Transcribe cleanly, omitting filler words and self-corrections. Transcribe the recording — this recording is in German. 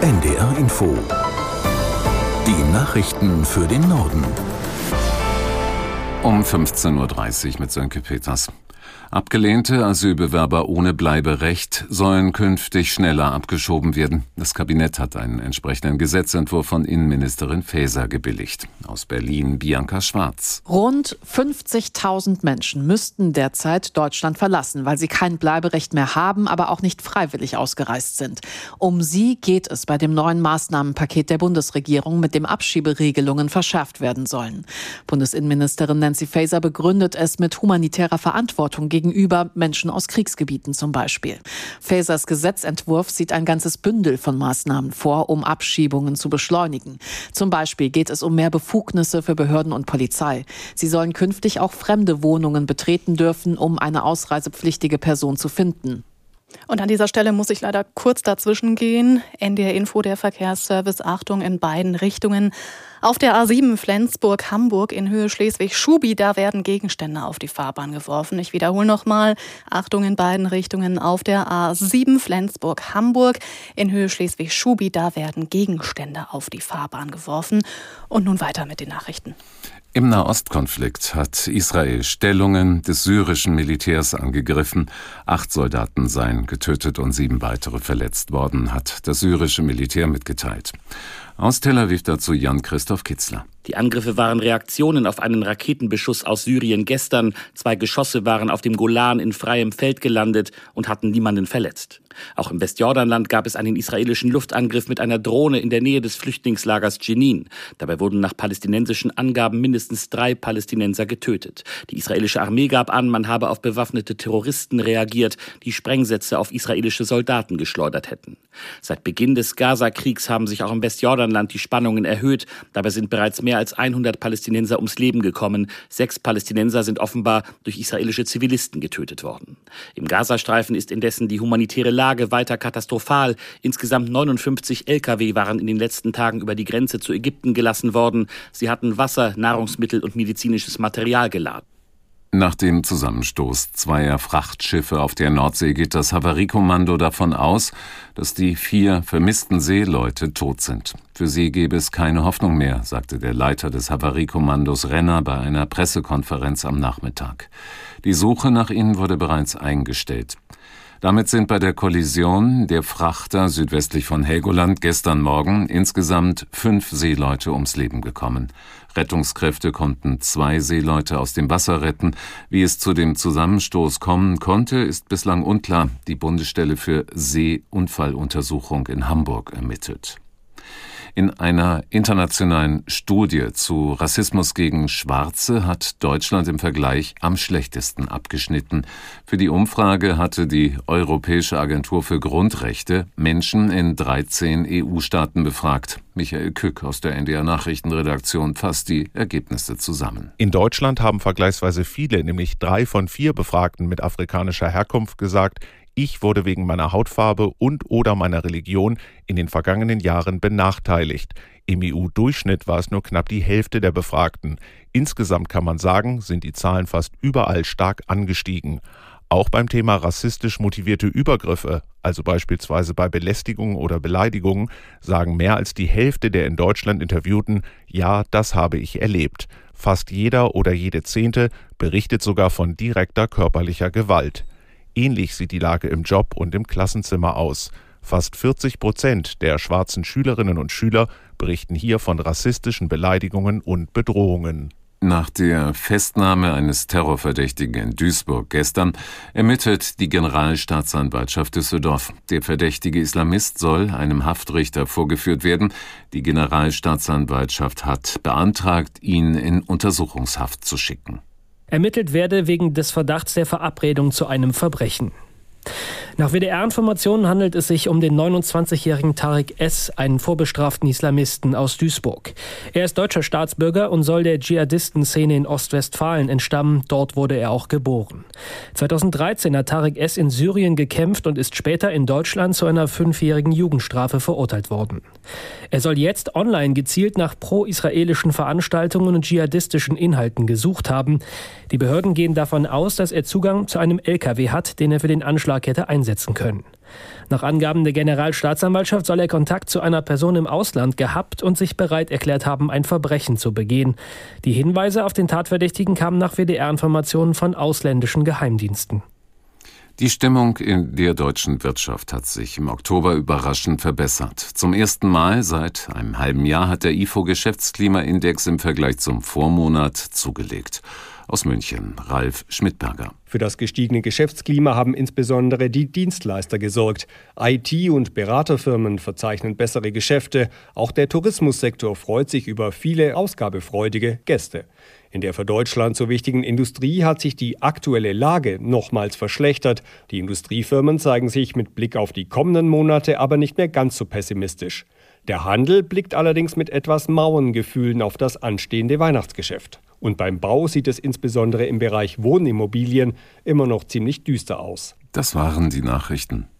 NDR Info. Die Nachrichten für den Norden. Um 15.30 Uhr mit Sönke Peters. Abgelehnte Asylbewerber ohne Bleiberecht sollen künftig schneller abgeschoben werden. Das Kabinett hat einen entsprechenden Gesetzentwurf von Innenministerin Faeser gebilligt. Aus Berlin Bianca Schwarz. Rund 50.000 Menschen müssten derzeit Deutschland verlassen, weil sie kein Bleiberecht mehr haben, aber auch nicht freiwillig ausgereist sind. Um sie geht es bei dem neuen Maßnahmenpaket der Bundesregierung, mit dem Abschieberegelungen verschärft werden sollen. Bundesinnenministerin Nancy Faeser begründet es mit humanitärer Verantwortung gegenüber Menschen aus Kriegsgebieten zum Beispiel. Faesers Gesetzentwurf sieht ein ganzes Bündel von Maßnahmen vor, um Abschiebungen zu beschleunigen. Zum Beispiel geht es um mehr Befugnisse für Behörden und Polizei. Sie sollen künftig auch fremde Wohnungen betreten dürfen, um eine ausreisepflichtige Person zu finden. Und an dieser Stelle muss ich leider kurz dazwischen gehen. NDR Info, der Verkehrsservice, Achtung in beiden Richtungen. Auf der A7 Flensburg-Hamburg in Höhe Schleswig-Schubi, da werden Gegenstände auf die Fahrbahn geworfen. Ich wiederhole nochmal, Achtung in beiden Richtungen. Auf der A7 Flensburg-Hamburg in Höhe Schleswig-Schubi, da werden Gegenstände auf die Fahrbahn geworfen. Und nun weiter mit den Nachrichten. Im Nahostkonflikt hat Israel Stellungen des syrischen Militärs angegriffen. 8 Soldaten seien getötet und 7 weitere verletzt worden, hat das syrische Militär mitgeteilt. Aus Tel Aviv dazu Jan-Christoph Kitzler. Die Angriffe waren Reaktionen auf einen Raketenbeschuss aus Syrien gestern. 2 Geschosse waren auf dem Golan in freiem Feld gelandet und hatten niemanden verletzt. Auch im Westjordanland gab es einen israelischen Luftangriff mit einer Drohne in der Nähe des Flüchtlingslagers Jenin. Dabei wurden nach palästinensischen Angaben mindestens 3 Palästinenser getötet. Die israelische Armee gab an, man habe auf bewaffnete Terroristen reagiert, die Sprengsätze auf israelische Soldaten geschleudert hätten. Seit Beginn des Gaza-Kriegs haben sich auch im Westjordanland die Spannungen erhöht. Dabei sind bereits mehr als 100 Palästinenser ums Leben gekommen. 6 Palästinenser sind offenbar durch israelische Zivilisten getötet worden. Im Gazastreifen ist indessen die humanitäre Lage weiter katastrophal. Insgesamt 59 Lkw waren in den letzten Tagen über die Grenze zu Ägypten gelassen worden. Sie hatten Wasser, Nahrungsmittel und medizinisches Material geladen. Nach dem Zusammenstoß 2 Frachtschiffe auf der Nordsee geht das Havariekommando davon aus, dass die 4 vermissten Seeleute tot sind. Für sie gebe es keine Hoffnung mehr, sagte der Leiter des Havariekommandos Renner bei einer Pressekonferenz am Nachmittag. Die Suche nach ihnen wurde bereits eingestellt. Damit sind bei der Kollision der Frachter südwestlich von Helgoland gestern Morgen insgesamt 5 Seeleute ums Leben gekommen. Rettungskräfte konnten 2 Seeleute aus dem Wasser retten. Wie es zu dem Zusammenstoß kommen konnte, ist bislang unklar. Die Bundesstelle für Seeunfalluntersuchung in Hamburg ermittelt. In einer internationalen Studie zu Rassismus gegen Schwarze hat Deutschland im Vergleich am schlechtesten abgeschnitten. Für die Umfrage hatte die Europäische Agentur für Grundrechte Menschen in 13 EU-Staaten befragt. Michael Kück aus der NDR Nachrichtenredaktion fasst die Ergebnisse zusammen. In Deutschland haben vergleichsweise viele, nämlich 3 von 4 Befragten mit afrikanischer Herkunft gesagt, ich wurde wegen meiner Hautfarbe und/oder meiner Religion in den vergangenen Jahren benachteiligt. Im EU-Durchschnitt war es nur knapp die Hälfte der Befragten. Insgesamt kann man sagen, sind die Zahlen fast überall stark angestiegen. Auch beim Thema rassistisch motivierte Übergriffe, also beispielsweise bei Belästigungen oder Beleidigungen, sagen mehr als die Hälfte der in Deutschland Interviewten, ja, das habe ich erlebt. Fast jeder oder jede 10. berichtet sogar von direkter körperlicher Gewalt. Ähnlich sieht die Lage im Job und im Klassenzimmer aus. Fast 40% der schwarzen Schülerinnen und Schüler berichten hier von rassistischen Beleidigungen und Bedrohungen. Nach der Festnahme eines Terrorverdächtigen in Duisburg gestern ermittelt die Generalstaatsanwaltschaft Düsseldorf. Der verdächtige Islamist soll einem Haftrichter vorgeführt werden. Die Generalstaatsanwaltschaft hat beantragt, ihn in Untersuchungshaft zu schicken. Ermittelt werde wegen des Verdachts der Verabredung zu einem Verbrechen. Nach WDR-Informationen handelt es sich um den 29-jährigen Tarek S., einen vorbestraften Islamisten aus Duisburg. Er ist deutscher Staatsbürger und soll der Dschihadistenszene in Ostwestfalen entstammen. Dort wurde er auch geboren. 2013 hat Tarek S. in Syrien gekämpft und ist später in Deutschland zu einer 5-jährigen Jugendstrafe verurteilt worden. Er soll jetzt online gezielt nach pro-israelischen Veranstaltungen und dschihadistischen Inhalten gesucht haben. Die Behörden gehen davon aus, dass er Zugang zu einem LKW hat, den er für den Anschlag hätte einsetzen einsetzen können. Nach Angaben der Generalstaatsanwaltschaft soll er Kontakt zu einer Person im Ausland gehabt und sich bereit erklärt haben, ein Verbrechen zu begehen. Die Hinweise auf den Tatverdächtigen kamen nach WDR-Informationen von ausländischen Geheimdiensten. Die Stimmung in der deutschen Wirtschaft hat sich im Oktober überraschend verbessert. Zum ersten Mal seit einem halben Jahr hat der IFO-Geschäftsklimaindex im Vergleich zum Vormonat zugelegt. Aus München, Ralf Schmidberger. Für das gestiegene Geschäftsklima haben insbesondere die Dienstleister gesorgt. IT- und Beraterfirmen verzeichnen bessere Geschäfte. Auch der Tourismussektor freut sich über viele ausgabefreudige Gäste. In der für Deutschland so wichtigen Industrie hat sich die aktuelle Lage nochmals verschlechtert. Die Industriefirmen zeigen sich mit Blick auf die kommenden Monate aber nicht mehr ganz so pessimistisch. Der Handel blickt allerdings mit etwas mauen Gefühlen auf das anstehende Weihnachtsgeschäft. Und beim Bau sieht es insbesondere im Bereich Wohnimmobilien immer noch ziemlich düster aus. Das waren die Nachrichten.